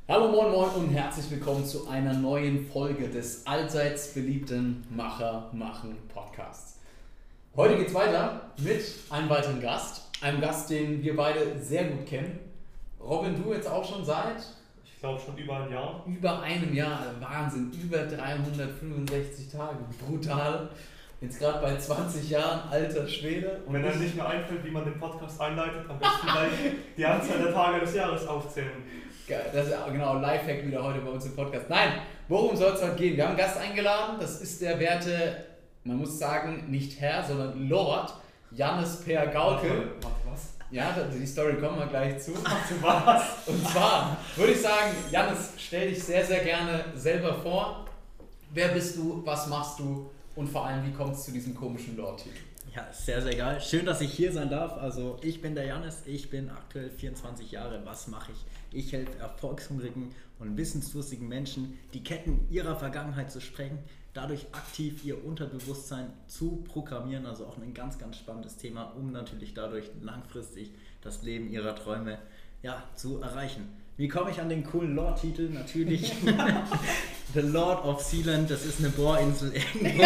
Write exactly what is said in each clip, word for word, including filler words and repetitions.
Hallo moin moin und herzlich willkommen zu einer neuen Folge des allseits beliebten Macher machen Podcasts. Heute geht's weiter mit einem weiteren Gast, einem Gast, den wir beide sehr gut kennen. Robin, du jetzt auch schon seit? Ich glaube schon über ein Jahr. Über einem Jahr, Wahnsinn, über dreihundertfünfundsechzig Tage, brutal. Jetzt gerade bei zwanzig Jahren, alter Schwede. Und wenn einem nicht mehr einfällt, wie man den Podcast einleitet, am besten gleich die Anzahl der Tage des Jahres aufzählen. Das ist genau Lifehack wieder heute bei uns im Podcast. Nein, worum soll es heute gehen? Wir haben einen Gast eingeladen, das ist der werte, man muss sagen, nicht Herr, sondern Lord Jannis Per Gauke. Warte, warte, was? Ja, die Story kommen wir gleich zu. Warte, was? Und zwar würde ich sagen, Jannis, stell dich sehr, sehr gerne selber vor. Wer bist du, was machst du und vor allem, wie kommt es zu diesem komischen Lord-Titel? Ja, sehr, sehr geil. Schön, dass ich hier sein darf. Also ich bin der Jannis, ich bin aktuell vierundzwanzig Jahre. Was mache ich? Ich helfe erfolgshungrigen und wissensdurstigen Menschen, die Ketten ihrer Vergangenheit zu sprengen, dadurch aktiv ihr Unterbewusstsein zu programmieren. Also auch ein ganz, ganz spannendes Thema, um natürlich dadurch langfristig das Leben ihrer Träume ja, zu erreichen. Wie komme ich an den coolen Lord-Titel? Natürlich The Lord of Sealand, das ist eine Bohrinsel irgendwo.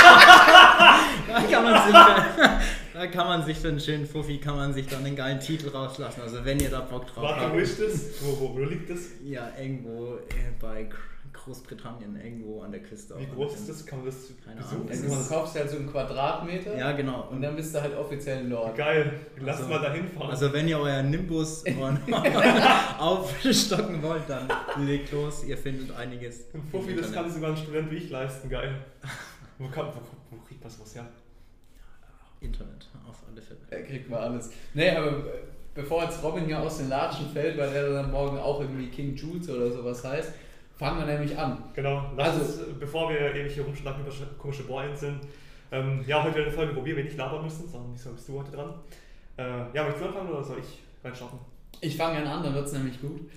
da, kann man sich, da kann man sich für einen schönen Fuffi, kann man sich dann einen geilen Titel rauslassen. Also wenn ihr da Bock drauf Warte, habt. wo ist das? Wo, wo, wo liegt das? Ja, irgendwo äh, bei Großbritannien, irgendwo an der Küste. Wie groß ist das? Kann man das Keine besuchen? Ahnung. Also du kaufst halt so einen Quadratmeter Ja, genau. und dann bist du halt offiziell ein Lord. Geil, lass Also- mal da hinfahren. Also wenn ihr euer Nimbus aufstocken wollt, dann legt los, ihr findet einiges. Ein Fuffi, im das Internet. kann sogar ein Student wie ich leisten, geil. Wo, kann, wo, wo kriegt man sowas her? Internet, auf alle Fälle. Er kriegt mal alles. Nee, aber bevor jetzt Robin hier aus den Latschen fällt, weil er dann morgen auch irgendwie King Jules oder sowas heißt, fangen wir nämlich an. Genau, lass Also- uns, bevor wir ewig hier rumschlagen über komische Bohrinseln, ähm, ja, heute wieder eine Folge, wo wir wenig labern müssen, sondern wieso bist du heute dran? Äh, ja, möchtest du anfangen oder soll ich reinstarten? Ich fange gerne an, dann wird es nämlich gut.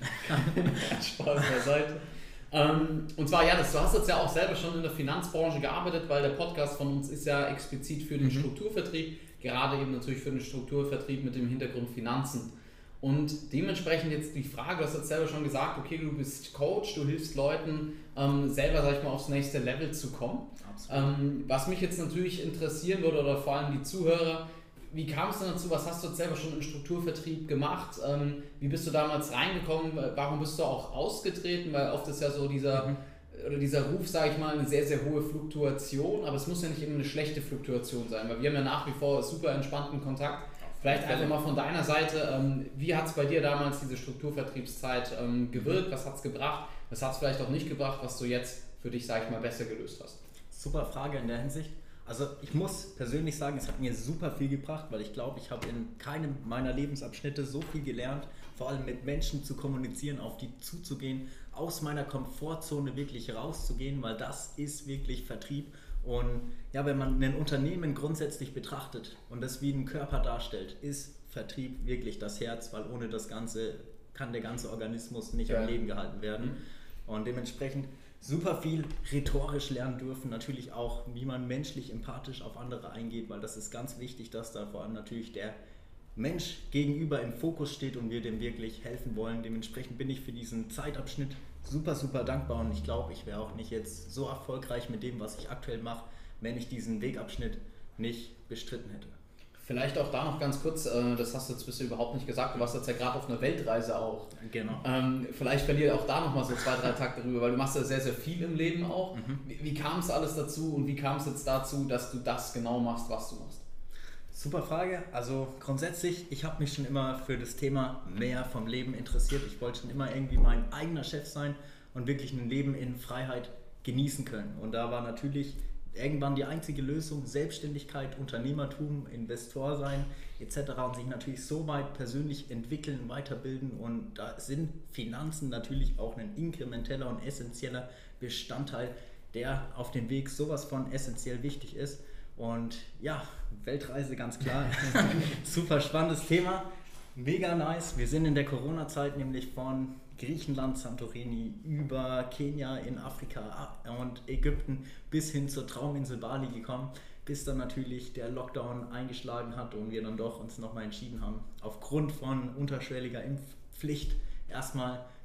Spaß beiseite. Ähm, und zwar, Jannis, du hast jetzt ja auch selber schon in der Finanzbranche gearbeitet, weil der Podcast von uns ist ja explizit für den Mhm. Strukturvertrieb, gerade eben natürlich für den Strukturvertrieb mit dem Hintergrund Finanzen. Und dementsprechend jetzt die Frage, du hast jetzt selber schon gesagt, okay, du bist Coach, du hilfst Leuten, ähm, selber, sag ich mal, aufs nächste Level zu kommen. Absolut. Ähm, was mich jetzt natürlich interessieren würde, oder vor allem die Zuhörer, wie kam es denn dazu, was hast du jetzt selber schon im Strukturvertrieb gemacht, ähm, wie bist du damals reingekommen, warum bist du auch ausgetreten, weil oft ist ja so dieser, Mhm. oder dieser Ruf, sage ich mal, eine sehr, sehr hohe Fluktuation, aber es muss ja nicht immer eine schlechte Fluktuation sein, weil wir haben ja nach wie vor super entspannten Kontakt. Vielleicht einfach mal von deiner Seite, ähm, wie hat es bei dir damals diese Strukturvertriebszeit ähm, gewirkt, was hat es gebracht, was hat es vielleicht auch nicht gebracht, was du jetzt für dich, sage ich mal, besser gelöst hast? Super Frage in der Hinsicht. Also ich muss persönlich sagen, es hat mir super viel gebracht, weil ich glaube, ich habe in keinem meiner Lebensabschnitte so viel gelernt, vor allem mit Menschen zu kommunizieren, auf die zuzugehen, aus meiner Komfortzone wirklich rauszugehen, weil das ist wirklich Vertrieb. Und ja, wenn man ein Unternehmen grundsätzlich betrachtet und das wie einen Körper darstellt, ist Vertrieb wirklich das Herz, weil ohne das Ganze kann der ganze Organismus nicht Ja. am Leben gehalten werden. Mhm. Und dementsprechend super viel rhetorisch lernen dürfen, natürlich auch, wie man menschlich empathisch auf andere eingeht, weil das ist ganz wichtig, dass da vor allem natürlich der Mensch gegenüber im Fokus steht und wir dem wirklich helfen wollen. Dementsprechend bin ich für diesen Zeitabschnitt super, super dankbar und ich glaube, ich wäre auch nicht jetzt so erfolgreich mit dem, was ich aktuell mache, wenn ich diesen Wegabschnitt nicht bestritten hätte. Vielleicht auch da noch ganz kurz, äh, das hast du jetzt bisher überhaupt nicht gesagt, du warst jetzt ja gerade auf einer Weltreise auch. Genau. Ähm, vielleicht verliert auch da nochmal so zwei, drei Takte drüber, weil du machst ja sehr, sehr viel im Leben auch. Mhm. Wie, wie kam es alles dazu und wie kam es jetzt dazu, dass du das genau machst, was du machst? Super Frage. Also grundsätzlich, ich habe mich schon immer für das Thema mehr vom Leben interessiert. Ich wollte schon immer irgendwie mein eigener Chef sein und wirklich ein Leben in Freiheit genießen können. Und da war natürlich irgendwann die einzige Lösung Selbstständigkeit, Unternehmertum, Investor sein et cetera und sich natürlich so weit persönlich entwickeln, weiterbilden. Und da sind Finanzen natürlich auch ein inkrementeller und essentieller Bestandteil, der auf dem Weg sowas von essentiell wichtig ist. Und ja, Weltreise ganz klar, super spannendes Thema, mega nice. Wir sind in der Corona-Zeit nämlich von Griechenland, Santorini über Kenia in Afrika und Ägypten bis hin zur Trauminsel Bali gekommen, bis dann natürlich der Lockdown eingeschlagen hat und wir dann doch uns nochmal entschieden haben, aufgrund von unterschwelliger Impfpflicht erstmal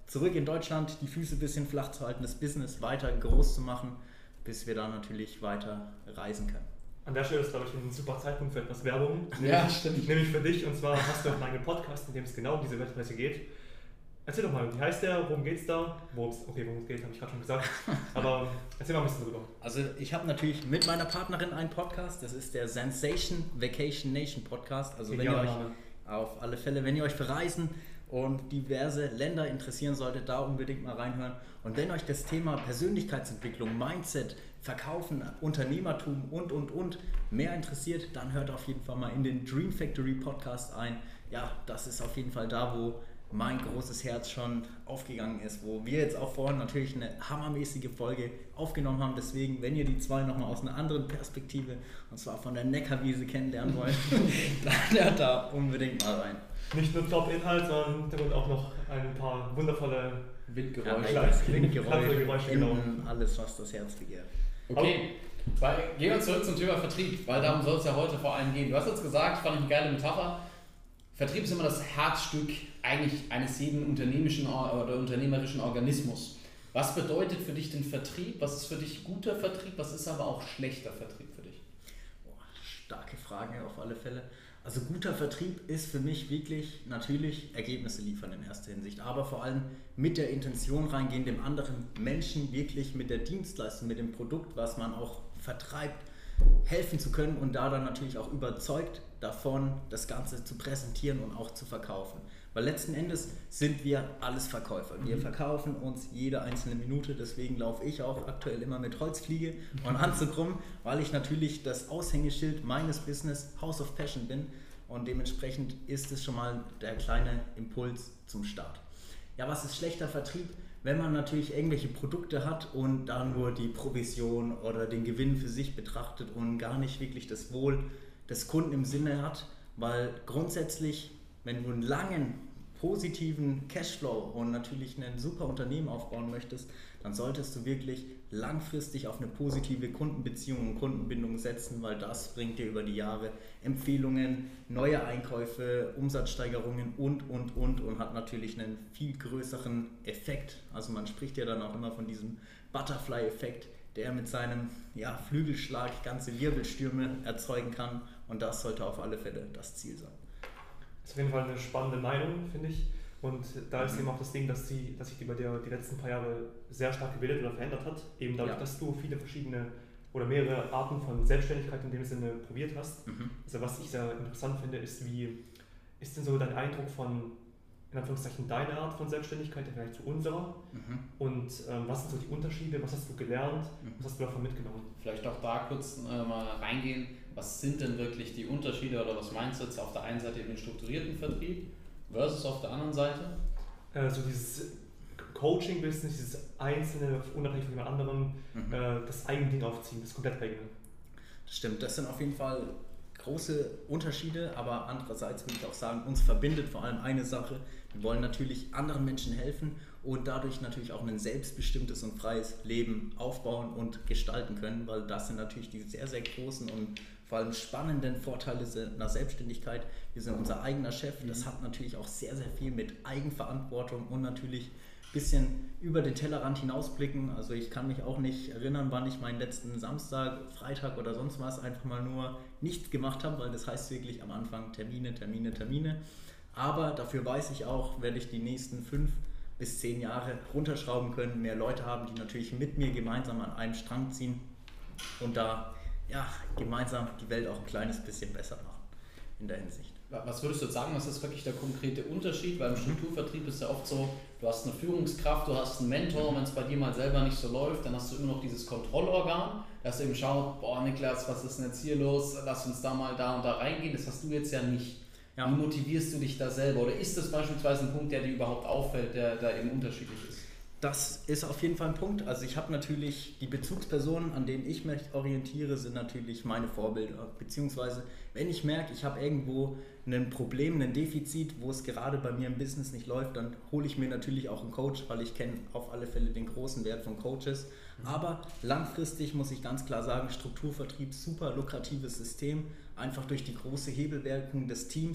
zurück in Deutschland, die Füße ein bisschen flach zu halten, das Business weiter groß zu machen, bis wir da natürlich weiter reisen können. An der Stelle ist, glaube ich, ein super Zeitpunkt für etwas Werbung. Ja, nämlich, stimmt. Nämlich für dich, und zwar hast du einen eigenen Podcast, in dem es genau um diese Weltreise geht. Erzähl doch mal, wie heißt der, worum geht's da? Worum's, okay, worum es geht, habe ich gerade schon gesagt. Aber erzähl mal ein bisschen drüber. Also ich habe natürlich mit meiner Partnerin einen Podcast, das ist der Sensation Vacation Nation Podcast. Also wenn ihr euch auf alle Fälle, wenn ihr euch für Reisen und diverse Länder interessieren solltet, da unbedingt mal reinhören. Und wenn euch das Thema Persönlichkeitsentwicklung, Mindset, Verkaufen, Unternehmertum und, und, und mehr interessiert, dann hört auf jeden Fall mal in den Dream Factory Podcast ein. Ja, das ist auf jeden Fall da, wo mein großes Herz schon aufgegangen ist, wo wir jetzt auch vorhin natürlich eine hammermäßige Folge aufgenommen haben. Deswegen, wenn ihr die zwei nochmal aus einer anderen Perspektive, und zwar von der Neckarwiese kennenlernen wollt, dann hört da unbedingt mal rein. Nicht nur Top-Inhalt, sondern da wird auch noch ein paar wundervolle Windgeräusche. Ja, Windgeräusche, Geräusche, genau. alles, was das Herz begehrt. Okay, weil, gehen wir zurück zum Thema Vertrieb, weil darum soll es ja heute vor allem gehen. Du hast jetzt gesagt, fand ich eine geile Metapher, Vertrieb ist immer das Herzstück eigentlich eines jeden unternehmerischen oder unternehmerischen Organismus. Was bedeutet für dich den Vertrieb? Was ist für dich guter Vertrieb? Was ist aber auch schlechter Vertrieb für dich? Boah, starke Frage auf alle Fälle. Also guter Vertrieb ist für mich wirklich natürlich Ergebnisse liefern in erster Hinsicht, aber vor allem mit der Intention reingehen, dem anderen Menschen wirklich mit der Dienstleistung, mit dem Produkt, was man auch vertreibt, helfen zu können und da dann natürlich auch überzeugt davon, das Ganze zu präsentieren und auch zu verkaufen. Weil letzten Endes sind wir alles Verkäufer. Wir verkaufen uns jede einzelne Minute, deswegen laufe ich auch aktuell immer mit Holzfliege und Anzug rum, weil ich natürlich das Aushängeschild meines Business House of Passion bin und dementsprechend ist es schon mal der kleine Impuls zum Start. Ja, was ist schlechter Vertrieb? Wenn man natürlich irgendwelche Produkte hat und da nur die Provision oder den Gewinn für sich betrachtet und gar nicht wirklich das Wohl des Kunden im Sinne hat, weil grundsätzlich, wenn du einen langen, positiven Cashflow und natürlich ein super Unternehmen aufbauen möchtest, dann solltest du wirklich langfristig auf eine positive Kundenbeziehung und Kundenbindung setzen, weil das bringt dir über die Jahre Empfehlungen, neue Einkäufe, Umsatzsteigerungen und, und, und und hat natürlich einen viel größeren Effekt. Also man spricht ja dann auch immer von diesem Butterfly-Effekt, der mit seinem ja, Flügelschlag ganze Wirbelstürme erzeugen kann und das sollte auf alle Fälle das Ziel sein. Das ist auf jeden Fall eine spannende Meinung, finde ich. Und da ist eben auch das Ding, dass, sie, dass sich die bei dir die letzten paar Jahre sehr stark gebildet oder verändert hat. Eben dadurch, ja. dass du viele verschiedene oder mehrere Arten von Selbstständigkeit in dem Sinne probiert hast. Mhm. Also was ich sehr interessant finde, ist, wie ist denn so dein Eindruck von, in Anführungszeichen, deiner Art von Selbstständigkeit vielleicht zu unserer? Mhm. Und ähm, was sind so die Unterschiede? Was hast du gelernt? Mhm. Was hast du davon mitgenommen? Vielleicht auch da kurz äh, mal reingehen. Was sind denn wirklich die Unterschiede oder was meinst du jetzt auf der einen Seite eben den strukturierten Vertrieb versus auf der anderen Seite? Äh, so dieses Coaching-Business, dieses einzelne, unabhängig von jemand anderem, mhm. äh, das eigene Ding aufziehen, das komplett eigene. Das stimmt, das sind auf jeden Fall große Unterschiede, aber andererseits würde ich auch sagen, uns verbindet vor allem eine Sache. Wir wollen natürlich anderen Menschen helfen und dadurch natürlich auch ein selbstbestimmtes und freies Leben aufbauen und gestalten können, weil das sind natürlich die sehr, sehr großen und vor allem spannenden Vorteile einer Selbstständigkeit. Wir sind unser eigener Chef, das hat natürlich auch sehr, sehr viel mit Eigenverantwortung und natürlich ein bisschen über den Tellerrand hinausblicken. Also ich kann mich auch nicht erinnern, wann ich meinen letzten Samstag, Freitag oder sonst was einfach mal nur nichts gemacht habe, weil das heißt wirklich am Anfang Termine, Termine, Termine. Aber dafür weiß ich auch, werde ich die nächsten fünf bis zehn Jahre runterschrauben können, mehr Leute haben, die natürlich mit mir gemeinsam an einem Strang ziehen und da ja, gemeinsam die Welt auch ein kleines bisschen besser machen in der Hinsicht. Was würdest du jetzt sagen, was ist wirklich der konkrete Unterschied? Weil im Strukturvertrieb ist ja oft so, du hast eine Führungskraft, du hast einen Mentor, wenn es bei dir mal selber nicht so läuft, dann hast du immer noch dieses Kontrollorgan, dass du eben schaut, boah Niklas, was ist denn jetzt hier los, lass uns da mal da und da reingehen, das hast du jetzt ja nicht. Ja. Wie motivierst du dich da selber? Oder ist das beispielsweise ein Punkt, der dir überhaupt auffällt, der da eben unterschiedlich ist? Das ist auf jeden Fall ein Punkt. Also ich habe natürlich die Bezugspersonen, an denen ich mich orientiere, sind natürlich meine Vorbilder. Beziehungsweise wenn ich merke, ich habe irgendwo ein Problem, ein Defizit, wo es gerade bei mir im Business nicht läuft, dann hole ich mir natürlich auch einen Coach, weil ich kenne auf alle Fälle den großen Wert von Coaches. Aber langfristig muss ich ganz klar sagen, Strukturvertrieb, super lukratives System, einfach durch die große Hebelwirkung des Teams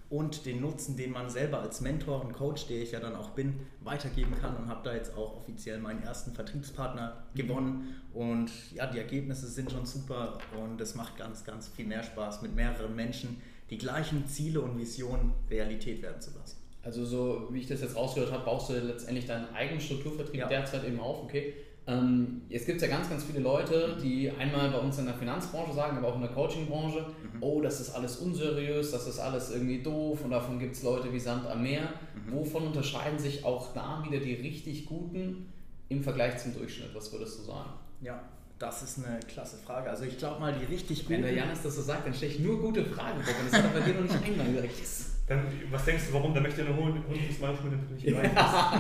und den Nutzen, den man selber als Mentor und Coach, der ich ja dann auch bin, weitergeben kann und habe da jetzt auch offiziell meinen ersten Vertriebspartner gewonnen und ja, die Ergebnisse sind schon super und es macht ganz, ganz viel mehr Spaß, mit mehreren Menschen die gleichen Ziele und Visionen Realität werden zu lassen. Also so wie ich das jetzt rausgehört habe, baust du letztendlich deinen eigenen Strukturvertrieb ja. derzeit eben auf, okay? Ähm, jetzt gibt es ja ganz, ganz viele Leute, die einmal bei uns in der Finanzbranche sagen, aber auch in der Coachingbranche, mhm. oh, das ist alles unseriös, das ist alles irgendwie doof und davon gibt es Leute wie Sand am Meer. Mhm. Wovon unterscheiden sich auch da wieder die richtig Guten im Vergleich zum Durchschnitt? Was würdest du sagen? Ja, das ist eine klasse Frage. Also ich glaube mal, die richtig Guten... Wenn der Janis das so sagt, dann stelle ich nur gute Fragen vor und das hat er bei dir noch nicht einmal gesagt. Dann, was denkst du, warum? Da möchte er eine hohe Hundes-Management nicht rein.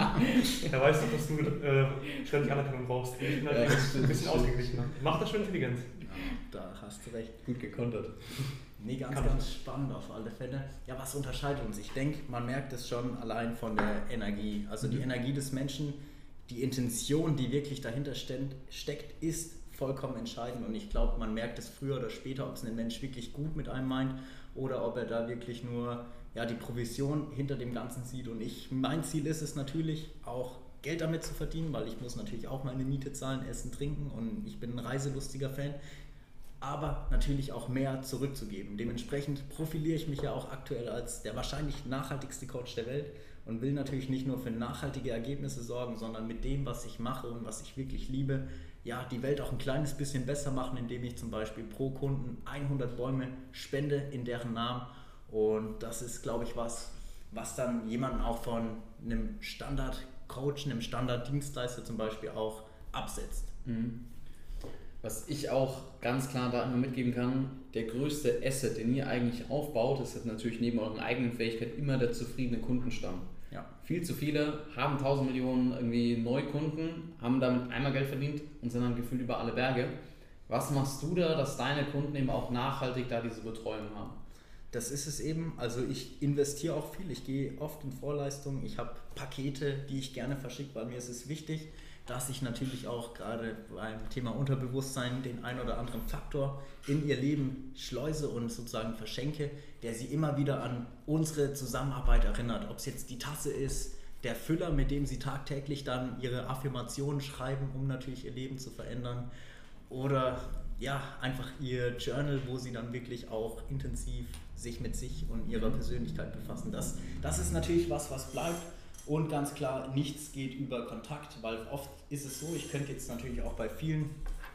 Er weiß doch, dass du äh, ständig Anerkennung brauchst. Ich bin halt ja, ein bisschen ausgeglichener. Macht das schon intelligent. Ja, da hast du recht. Gut gekontert. Nee, ganz, Kann ganz spannend auf alle Fälle. Ja, was unterscheidet uns? Ich denke, man merkt es schon allein von der Energie. Also die mhm. Energie des Menschen, die Intention, die wirklich dahinter steckt, ist vollkommen entscheidend. Und ich glaube, man merkt es früher oder später, ob es ein Mensch wirklich gut mit einem meint oder ob er da wirklich nur ja, die Provision hinter dem Ganzen sieht. Und ich, mein Ziel ist es natürlich auch, Geld damit zu verdienen, weil ich muss natürlich auch meine Miete zahlen, essen, trinken und ich bin ein reiselustiger Fan, aber natürlich auch mehr zurückzugeben. Dementsprechend profiliere ich mich ja auch aktuell als der wahrscheinlich nachhaltigste Coach der Welt und will natürlich nicht nur für nachhaltige Ergebnisse sorgen, sondern mit dem, was ich mache und was ich wirklich liebe, ja, die Welt auch ein kleines bisschen besser machen, indem ich zum Beispiel pro Kunden hundert Bäume spende in deren Namen. Und das ist, glaube ich, was, was dann jemanden auch von einem Standard-Coach, einem Standard-Dienstleister zum Beispiel auch absetzt. Mhm. Was ich auch ganz klar da immer mitgeben kann, der größte Asset, den ihr eigentlich aufbaut, ist natürlich neben euren eigenen Fähigkeiten immer der zufriedene Kundenstamm. Ja. Viel zu viele haben tausend Millionen irgendwie Neukunden, haben damit einmal Geld verdient und sind dann gefühlt über alle Berge. Was machst du da, dass deine Kunden eben auch nachhaltig da diese Betreuung haben? Das ist es eben, also ich investiere auch viel, ich gehe oft in Vorleistungen, ich habe Pakete, die ich gerne verschicke, weil mir ist es wichtig, dass ich natürlich auch gerade beim Thema Unterbewusstsein den ein oder anderen Faktor in ihr Leben schleuse und sozusagen verschenke, der sie immer wieder an unsere Zusammenarbeit erinnert. Ob es jetzt die Tasse ist, der Füller, mit dem sie tagtäglich dann ihre Affirmationen schreiben, um natürlich ihr Leben zu verändern, oder ja, einfach ihr Journal, wo sie dann wirklich auch intensiv sich mit sich und ihrer Persönlichkeit befassen. Das, das ist natürlich was, was bleibt. Und ganz klar, nichts geht über Kontakt, weil oft ist es so, ich könnte jetzt natürlich auch bei vielen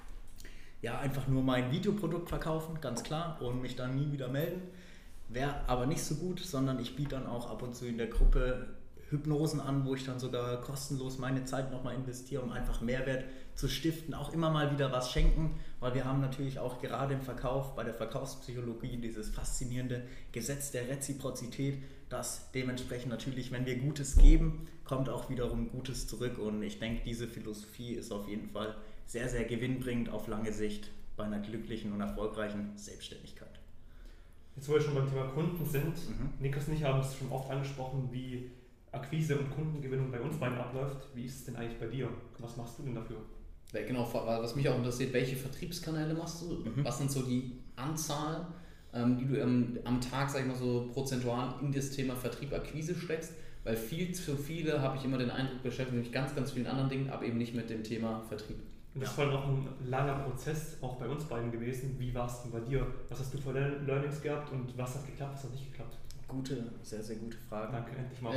ja einfach nur mein Videoprodukt verkaufen, ganz klar, und mich dann nie wieder melden. Wäre aber nicht so gut, sondern ich biete dann auch ab und zu in der Gruppe Hypnosen an, wo ich dann sogar kostenlos meine Zeit nochmal investiere, um einfach Mehrwert zu stiften, auch immer mal wieder was schenken, weil wir haben natürlich auch gerade im Verkauf, bei der Verkaufspsychologie dieses faszinierende Gesetz der Reziprozität, dass dementsprechend natürlich, wenn wir Gutes geben, kommt auch wiederum Gutes zurück und ich denke, diese Philosophie ist auf jeden Fall sehr, sehr gewinnbringend auf lange Sicht bei einer glücklichen und erfolgreichen Selbstständigkeit. Jetzt, wo wir schon beim Thema Kunden sind, mhm. Niklas und ich haben es schon oft angesprochen, wie Akquise und Kundengewinnung bei uns beiden abläuft. Wie ist es denn eigentlich bei dir? Was machst du denn dafür? Ja, genau, was mich auch interessiert, welche Vertriebskanäle machst du? Mhm. Was sind so die Anzahl, ähm, die du am, am Tag, sag ich mal so, prozentual in das Thema Vertrieb, Akquise steckst? Weil viel zu viele, habe ich immer den Eindruck, beschäftigen mich ganz, ganz vielen anderen Dingen, aber eben nicht mit dem Thema Vertrieb. Und das ja. war noch ein langer Prozess, auch bei uns beiden gewesen. Wie war es denn bei dir? Was hast du für Learnings gehabt und was hat geklappt, was hat nicht geklappt? Gute, sehr, sehr gute Frage. Danke, endlich mal.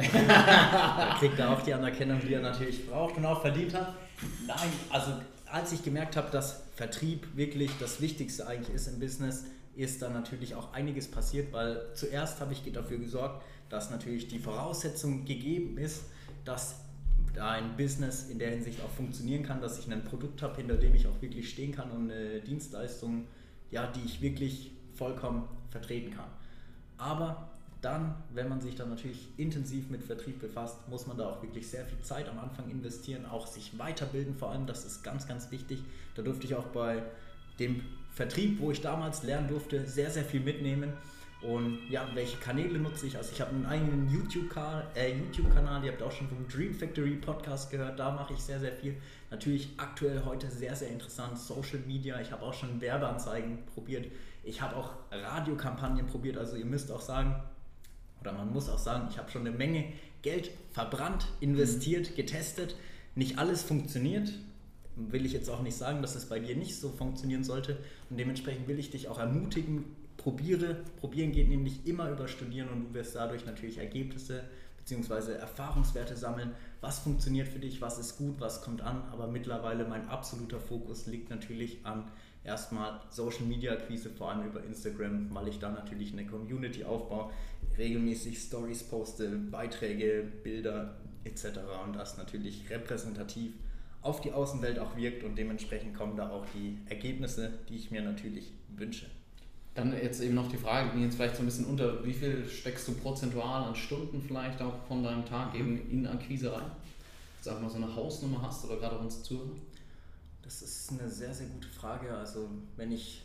Da kriegt er auch die Anerkennung, die er natürlich braucht und auch verdient hat. Nein, also als ich gemerkt habe, dass Vertrieb wirklich das Wichtigste eigentlich ist im Business, ist dann natürlich auch einiges passiert, weil zuerst habe ich dafür gesorgt, dass natürlich die Voraussetzung gegeben ist, dass ein Business in der Hinsicht auch funktionieren kann, dass ich ein Produkt habe, hinter dem ich auch wirklich stehen kann und eine Dienstleistung, ja, die ich wirklich vollkommen vertreten kann. Aber dann, wenn man sich dann natürlich intensiv mit Vertrieb befasst, muss man da auch wirklich sehr viel Zeit am Anfang investieren, auch sich weiterbilden vor allem, das ist ganz, ganz wichtig. Da durfte ich auch bei dem Vertrieb, wo ich damals lernen durfte, sehr, sehr viel mitnehmen. Und ja, welche Kanäle nutze ich? Also ich habe einen eigenen YouTube-Kanal, äh, YouTube-Kanal, ihr habt auch schon vom Dream Factory Podcast gehört, da mache ich sehr, sehr viel. Natürlich aktuell heute sehr, sehr interessant, Social Media, ich habe auch schon Werbeanzeigen probiert, ich habe auch Radiokampagnen probiert, also ihr müsst auch sagen, oder man muss auch sagen, ich habe schon eine Menge Geld verbrannt, investiert, getestet. Nicht alles funktioniert. Will ich jetzt auch nicht sagen, dass es bei dir nicht so funktionieren sollte. Und dementsprechend will ich dich auch ermutigen, probiere. Probieren geht nämlich immer über Studieren und du wirst dadurch natürlich Ergebnisse bzw. Erfahrungswerte sammeln. Was funktioniert für dich, was ist gut, was kommt an. Aber mittlerweile mein absoluter Fokus liegt natürlich an erstmal Social Media Akquise, vor allem über Instagram, weil ich da natürlich eine Community aufbaue, regelmäßig Stories poste, Beiträge, Bilder et cetera. Und das natürlich repräsentativ auf die Außenwelt auch wirkt und dementsprechend kommen da auch die Ergebnisse, die ich mir natürlich wünsche. Dann jetzt eben noch die Frage, die jetzt vielleicht so ein bisschen unter, wie viel steckst du prozentual an Stunden vielleicht auch von deinem Tag eben in Akquise rein? Sag mal, so eine Hausnummer hast oder gerade auch uns zuhören? Das ist eine sehr, sehr gute Frage. Also wenn ich,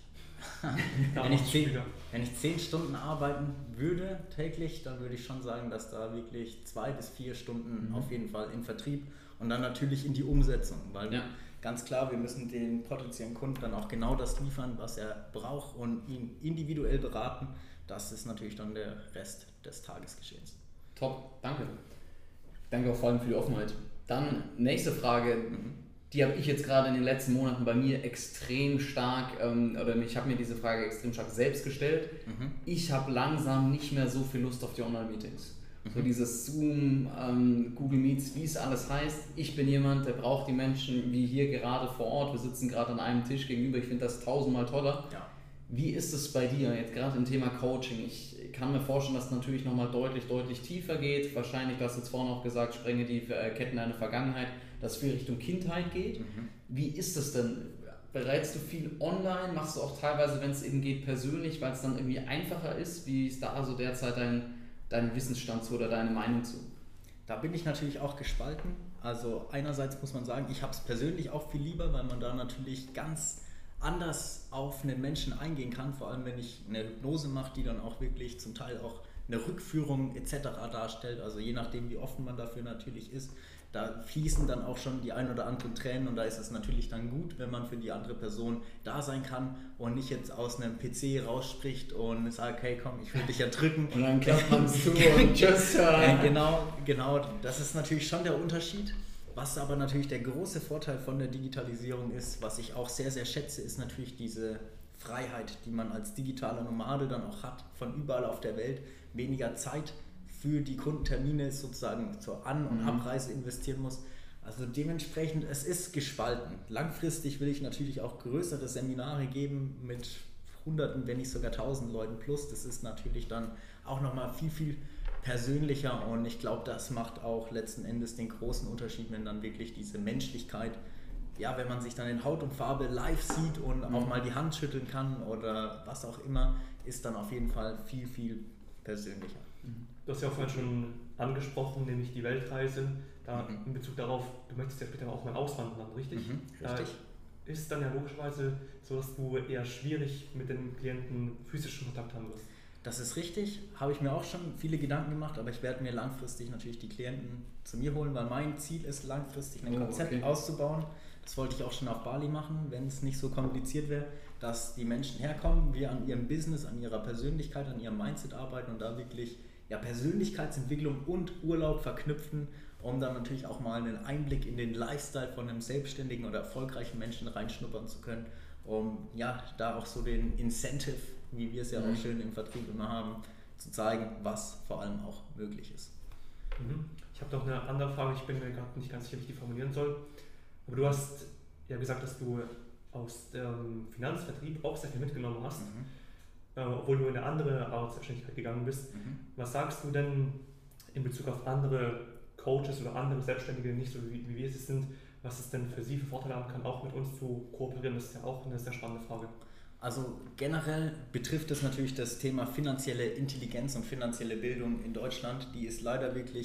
wenn ich, zehn, wenn ich zehn Stunden arbeiten würde täglich, dann würde ich schon sagen, dass da wirklich zwei bis vier Stunden mhm. auf jeden Fall im Vertrieb und dann natürlich in die Umsetzung, weil ja. ganz klar, wir müssen den potenziellen Kunden dann auch genau das liefern, was er braucht und ihn individuell beraten. Das ist natürlich dann der Rest des Tagesgeschehens. Top, danke. Danke auch vor allem für die Offenheit. Dann nächste Frage, mhm. die habe ich jetzt gerade in den letzten Monaten bei mir extrem stark, ähm, oder ich habe mir diese Frage extrem stark selbst gestellt. Mhm. Ich habe langsam nicht mehr so viel Lust auf die Online-Meetings. So dieses Zoom, ähm, Google Meets, wie es alles heißt. Ich bin jemand, der braucht die Menschen wie hier gerade vor Ort. Wir sitzen gerade an einem Tisch gegenüber. Ich finde das tausendmal toller. Ja. Wie ist es bei dir jetzt gerade im Thema Coaching? Ich kann mir vorstellen, dass es natürlich nochmal deutlich, deutlich tiefer geht. Wahrscheinlich, du hast jetzt vorhin auch gesagt, sprenge die Ketten deiner Vergangenheit, dass es viel Richtung Kindheit geht. Mhm. Wie ist es denn? Berätst du viel online? Machst du auch teilweise, wenn es eben geht, persönlich, weil es dann irgendwie einfacher ist? Wie ist da so derzeit dein deinen Wissensstand zu oder deine Meinung zu? Da bin ich natürlich auch gespalten. Also einerseits muss man sagen, ich habe es persönlich auch viel lieber, weil man da natürlich ganz anders auf einen Menschen eingehen kann, vor allem wenn ich eine Hypnose mache, die dann auch wirklich zum Teil auch eine Rückführung et cetera darstellt, also je nachdem wie offen man dafür natürlich ist, da fließen dann auch schon die ein oder anderen Tränen und da ist es natürlich dann gut, wenn man für die andere Person da sein kann und nicht jetzt aus einem P C rausspricht und sagt, hey komm, ich will dich ja drücken. Und dann klappt man es zu und tschüss. Genau, genau, das ist natürlich schon der Unterschied. Was aber natürlich der große Vorteil von der Digitalisierung ist, was ich auch sehr, sehr schätze, ist natürlich diese Freiheit, die man als digitaler Nomade dann auch hat, von überall auf der Welt, weniger Zeit für die Kundentermine sozusagen zur An- und Abreise investieren muss. Also dementsprechend, es ist gespalten. Langfristig will ich natürlich auch größere Seminare geben mit Hunderten, wenn nicht sogar Tausend Leuten plus. Das ist natürlich dann auch nochmal viel, viel persönlicher und ich glaube, das macht auch letzten Endes den großen Unterschied, wenn dann wirklich diese Menschlichkeit, ja, wenn man sich dann in Haut und Farbe live sieht und auch mal die Hand schütteln kann oder was auch immer, ist dann auf jeden Fall viel, viel persönlicher. Du hast ja auch vorhin schon angesprochen, nämlich die Weltreise, da mhm. in Bezug darauf, du möchtest ja später auch mal auswandern, richtig? Mhm, richtig. Da ist dann ja logischerweise so, dass du eher schwierig mit den Klienten physischen Kontakt haben wirst. Das ist richtig, habe ich mir auch schon viele Gedanken gemacht, aber ich werde mir langfristig natürlich die Klienten zu mir holen, weil mein Ziel ist, langfristig ein oh, Konzept okay. auszubauen. Das wollte ich auch schon auf Bali machen, wenn es nicht so kompliziert wäre, dass die Menschen herkommen, wir an ihrem Business, an ihrer Persönlichkeit, an ihrem Mindset arbeiten und da wirklich ja, Persönlichkeitsentwicklung und Urlaub verknüpfen, um dann natürlich auch mal einen Einblick in den Lifestyle von einem selbstständigen oder erfolgreichen Menschen reinschnuppern zu können, um ja, da auch so den Incentive, wie wir es ja mhm. auch schön im Vertrieb immer haben, zu zeigen, was vor allem auch möglich ist. Mhm. Ich habe noch eine andere Frage, ich bin mir gerade nicht ganz sicher, wie ich die formulieren soll. Aber du hast ja gesagt, dass du aus dem Finanzvertrieb auch sehr viel mitgenommen hast, mhm. äh, obwohl du in eine andere Art Selbstständigkeit gegangen bist. Mhm. Was sagst du denn in Bezug auf andere Coaches oder andere Selbstständige, nicht so wie, wie wir es sind, was es denn für sie für Vorteile haben kann, auch mit uns zu kooperieren? Das ist ja auch eine sehr spannende Frage. Also generell betrifft es natürlich das Thema finanzielle Intelligenz und finanzielle Bildung in Deutschland. Die ist leider wirklich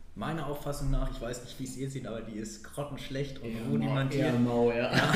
meiner Auffassung nach, ich weiß nicht, wie es ihr seht, aber die ist grottenschlecht und Ja, rudimentär. Mau, ja. Ja,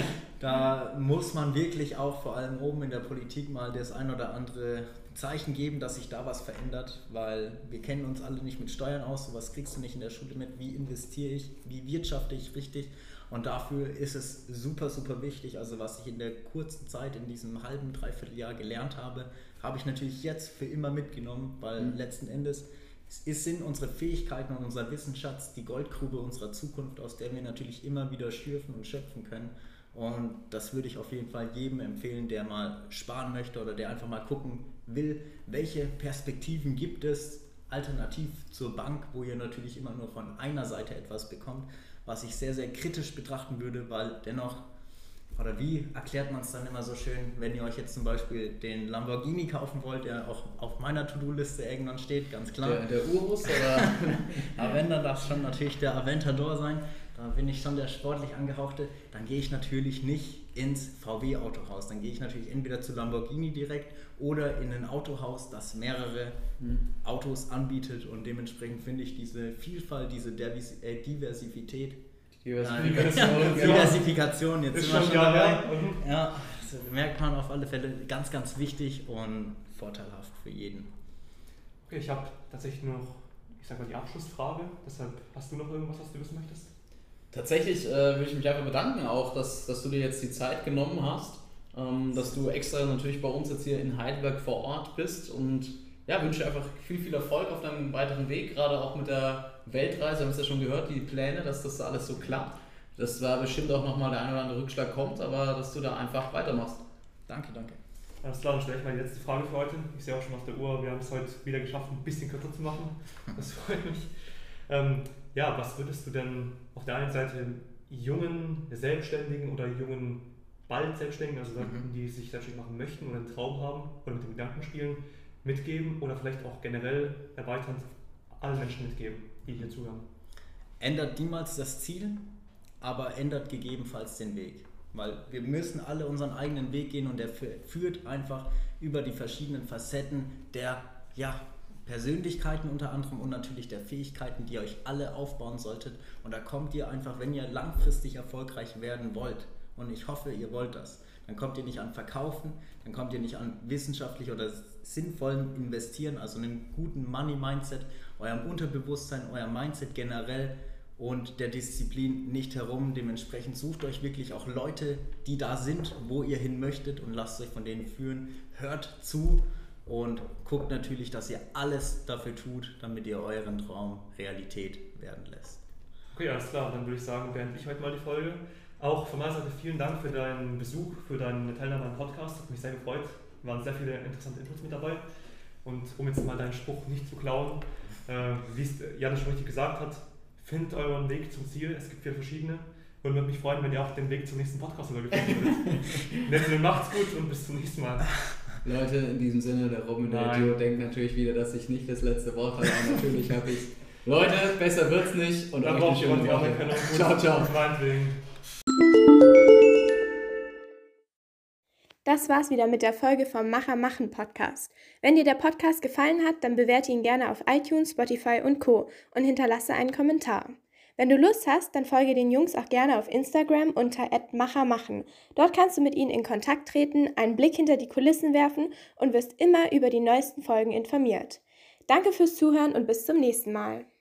da muss man wirklich auch vor allem oben in der Politik mal das ein oder andere Zeichen geben, dass sich da was verändert, weil wir kennen uns alle nicht mit Steuern aus, sowas kriegst du nicht in der Schule mit, wie investiere ich, wie wirtschafte ich richtig, und dafür ist es super, super wichtig. Also was ich in der kurzen Zeit, in diesem halben, dreiviertel Jahr gelernt habe, habe ich natürlich jetzt für immer mitgenommen, weil mhm. letzten Endes es sind unsere Fähigkeiten und unser Wissensschatz die Goldgrube unserer Zukunft, aus der wir natürlich immer wieder schürfen und schöpfen können. Und das würde ich auf jeden Fall jedem empfehlen, der mal sparen möchte oder der einfach mal gucken will, welche Perspektiven gibt es alternativ zur Bank, wo ihr natürlich immer nur von einer Seite etwas bekommt, was ich sehr, sehr kritisch betrachten würde, weil dennoch, oder wie erklärt man es dann immer so schön, wenn ihr euch jetzt zum Beispiel den Lamborghini kaufen wollt, der auch auf meiner To-Do-Liste irgendwann steht, ganz klar. Der, der Urus, oder? Aber wenn, dann darf es schon natürlich der Aventador sein, da bin ich schon der sportlich angehauchte, dann gehe ich natürlich nicht ins V W-Autohaus, dann gehe ich natürlich entweder zu Lamborghini direkt oder in ein Autohaus, das mehrere mhm. Autos anbietet, und dementsprechend finde ich diese Vielfalt, diese Divis- äh, Diversität, Diversifikation, Diversifikation, jetzt ist sind wir schon ja, dabei. Ja, mhm. ja, das merkt man auf alle Fälle, ganz, ganz wichtig und vorteilhaft für jeden. Okay, ich habe tatsächlich nur noch, ich sag mal, die Abschlussfrage, deshalb hast du noch irgendwas, was du wissen möchtest? Tatsächlich äh, würde ich mich einfach bedanken auch, dass, dass du dir jetzt die Zeit genommen hast, ähm, dass du extra natürlich bei uns jetzt hier in Heidelberg vor Ort bist, und ja, wünsche einfach viel, viel Erfolg auf deinem weiteren Weg, gerade auch mit der Weltreise. Wir haben es ja schon gehört, die Pläne, dass das alles so klappt. Das war bestimmt auch nochmal der ein oder andere Rückschlag kommt, aber dass du da einfach weitermachst. Danke, danke. Alles klar, dann stelle ich mal die letzte Frage für heute. Ich sehe auch schon auf der Uhr, wir haben es heute wieder geschafft, ein bisschen kürzer zu machen. Das freut mich. Ähm, ja, was würdest du denn auf der einen Seite jungen Selbstständigen oder jungen bald Selbstständigen, also Leuten, mhm. die sich selbstständig machen möchten oder einen Traum haben oder mit dem Gedanken spielen, mitgeben oder vielleicht auch generell erweiternd allen Menschen mitgeben, die hier zuhören? Ändert niemals das Ziel, aber ändert gegebenenfalls den Weg. Weil wir müssen alle unseren eigenen Weg gehen, und der führt einfach über die verschiedenen Facetten der ja, Persönlichkeiten unter anderem und natürlich der Fähigkeiten, die ihr euch alle aufbauen solltet. Und da kommt ihr einfach, wenn ihr langfristig erfolgreich werden wollt, und ich hoffe, ihr wollt das, dann kommt ihr nicht an Verkaufen, dann kommt ihr nicht an wissenschaftlich oder sinnvollem Investieren, also einem guten Money-Mindset, eurem Unterbewusstsein, eurem Mindset generell und der Disziplin nicht herum. Dementsprechend sucht euch wirklich auch Leute, die da sind, wo ihr hin möchtet, und lasst euch von denen führen. Hört zu und guckt natürlich, dass ihr alles dafür tut, damit ihr euren Traum Realität werden lässt. Okay, alles klar. Dann würde ich sagen, beende ich heute mal die Folge. Auch von meiner Seite vielen Dank für deinen Besuch, für deine Teilnahme am Podcast. Hat mich sehr gefreut. Waren sehr viele interessante Inputs mit dabei. Und um jetzt mal deinen Spruch nicht zu klauen, äh, wie es Jan schon richtig gesagt hat, findet euren Weg zum Ziel. Es gibt viele verschiedene. Und würde mich freuen, wenn ihr auch den Weg zum nächsten Podcast oder gefunden würdet. In macht's gut und bis zum nächsten Mal. Leute, in diesem Sinne, der Robin, der Idiot, denkt natürlich wieder, dass ich nicht das letzte Wort habe. Aber natürlich habe ich. Leute, besser wird's nicht. Und dann euch eine schöne Woche. Ciao, ciao. Das war's wieder mit der Folge vom Macher machen Podcast. Wenn dir der Podcast gefallen hat, dann bewerte ihn gerne auf iTunes, Spotify und Co. und hinterlasse einen Kommentar. Wenn du Lust hast, dann folge den Jungs auch gerne auf Instagram unter at machermachen. Dort kannst du mit ihnen in Kontakt treten, einen Blick hinter die Kulissen werfen und wirst immer über die neuesten Folgen informiert. Danke fürs Zuhören und bis zum nächsten Mal.